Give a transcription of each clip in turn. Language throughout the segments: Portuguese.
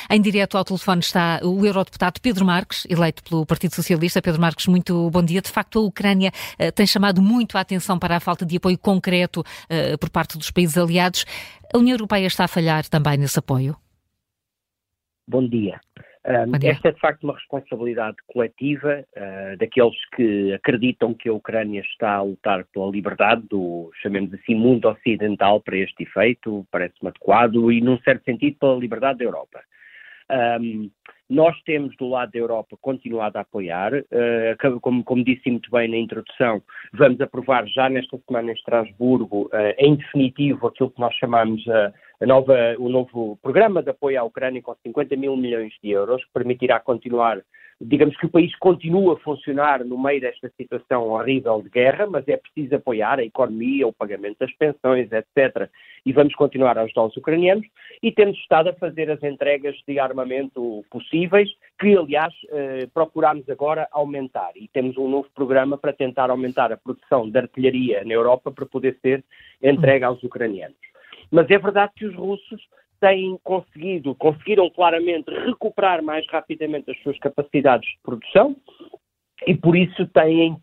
Em direto ao telefone está o eurodeputado Pedro Marques, eleito pelo Partido Socialista. Pedro Marques, muito bom dia. De facto, a Ucrânia tem chamado muito a atenção para a falta de apoio concreto por parte dos países aliados. A União Europeia está a falhar também nesse apoio? Bom dia. Bom dia. Esta é de facto uma responsabilidade coletiva daqueles que acreditam que a Ucrânia está a lutar pela liberdade do, chamemos assim, mundo ocidental para este efeito, parece-me adequado, e num certo sentido pela liberdade da Europa. Nós temos do lado da Europa continuado a apoiar, como disse muito bem na introdução, vamos aprovar já nesta semana em Estrasburgo, em definitivo, aquilo que nós chamamos o novo programa de apoio à Ucrânia com 50 mil milhões de euros, que permitirá continuar, digamos que o país continua a funcionar no meio desta situação horrível de guerra, mas é preciso apoiar a economia, o pagamento das pensões, etc. E vamos continuar a ajudar os ucranianos e temos estado a fazer as entregas de armamento possíveis, que aliás procuramos agora aumentar. E temos um novo programa para tentar aumentar a produção de artilharia na Europa para poder ser entregue aos ucranianos. Mas é verdade que os russos conseguiram claramente recuperar mais rapidamente as suas capacidades de produção e por isso têm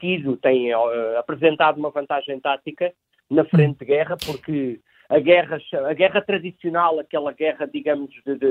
apresentado uma vantagem tática na frente de guerra, porque a guerra tradicional, aquela guerra, digamos,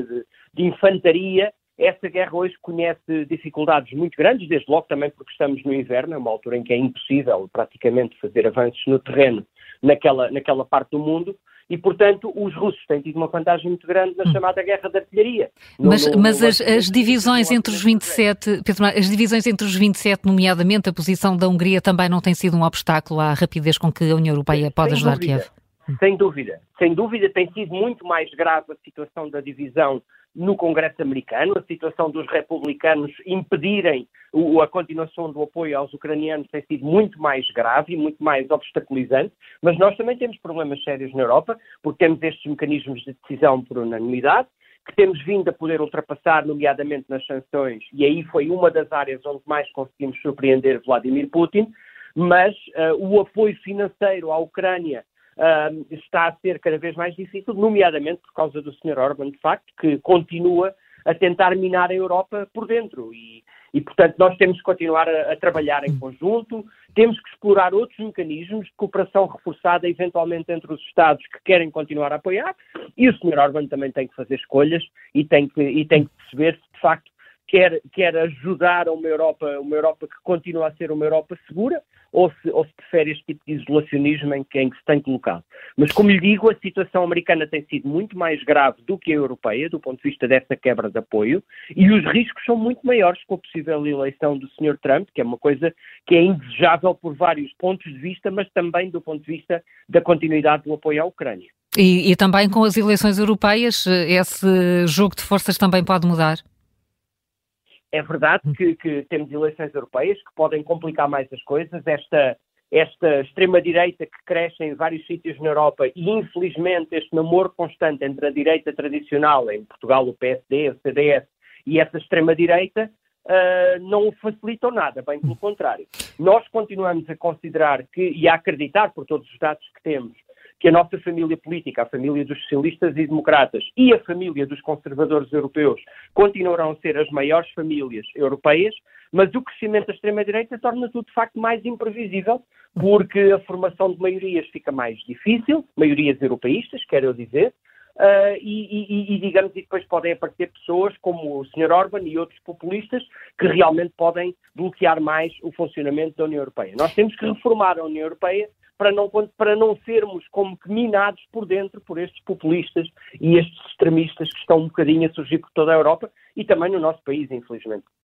de infantaria, essa guerra hoje conhece dificuldades muito grandes, desde logo também porque estamos no inverno, é uma altura em que é impossível praticamente fazer avanços no terreno naquela parte do mundo. E, portanto, os russos têm tido uma vantagem muito grande na chamada guerra da artilharia. Mas as divisões entre os 27, Pedro, as divisões entre os 27, nomeadamente a posição da Hungria, também não tem sido um obstáculo à rapidez com que a União Europeia pode ajudar Kiev? Sem dúvida, tem sido muito mais grave a situação da divisão no Congresso americano, a situação dos republicanos impedirem a continuação do apoio aos ucranianos tem sido muito mais grave e muito mais obstaculizante, mas nós também temos problemas sérios na Europa, porque temos estes mecanismos de decisão por unanimidade, que temos vindo a poder ultrapassar, nomeadamente nas sanções, e aí foi uma das áreas onde mais conseguimos surpreender Vladimir Putin, mas o apoio financeiro à Ucrânia está a ser cada vez mais difícil, nomeadamente por causa do Sr. Orbán, de facto, que continua a tentar minar a Europa por dentro e portanto, nós temos que continuar a trabalhar em conjunto, temos que explorar outros mecanismos de cooperação reforçada, eventualmente entre os Estados que querem continuar a apoiar, e o Sr. Orbán também tem que fazer escolhas e tem que perceber se, de facto, quer ajudar a uma Europa que continua a ser uma Europa segura, ou se prefere este tipo de isolacionismo em que se tem colocado. Mas, como lhe digo, a situação americana tem sido muito mais grave do que a europeia, do ponto de vista dessa quebra de apoio, e os riscos são muito maiores com a possível eleição do Sr. Trump, que é uma coisa que é indesejável por vários pontos de vista, mas também do ponto de vista da continuidade do apoio à Ucrânia. E também com as eleições europeias, esse jogo de forças também pode mudar? É verdade que temos eleições europeias que podem complicar mais as coisas. Esta extrema-direita que cresce em vários sítios na Europa e, infelizmente, este namoro constante entre a direita tradicional, em Portugal o PSD, o CDS, e essa extrema-direita, não o facilitam nada, bem pelo contrário. Nós continuamos a considerar e a acreditar, por todos os dados que temos, que a nossa família política, a família dos socialistas e democratas e a família dos conservadores europeus continuarão a ser as maiores famílias europeias, mas o crescimento da extrema-direita torna tudo de facto mais imprevisível, porque a formação de maiorias fica mais difícil, maiorias europeístas, quero eu dizer, e depois podem aparecer pessoas como o Sr. Orbán e outros populistas que realmente podem bloquear mais o funcionamento da União Europeia. Nós temos que reformar a União Europeia para não sermos como que minados por dentro por estes populistas e estes extremistas que estão um bocadinho a surgir por toda a Europa e também no nosso país, infelizmente.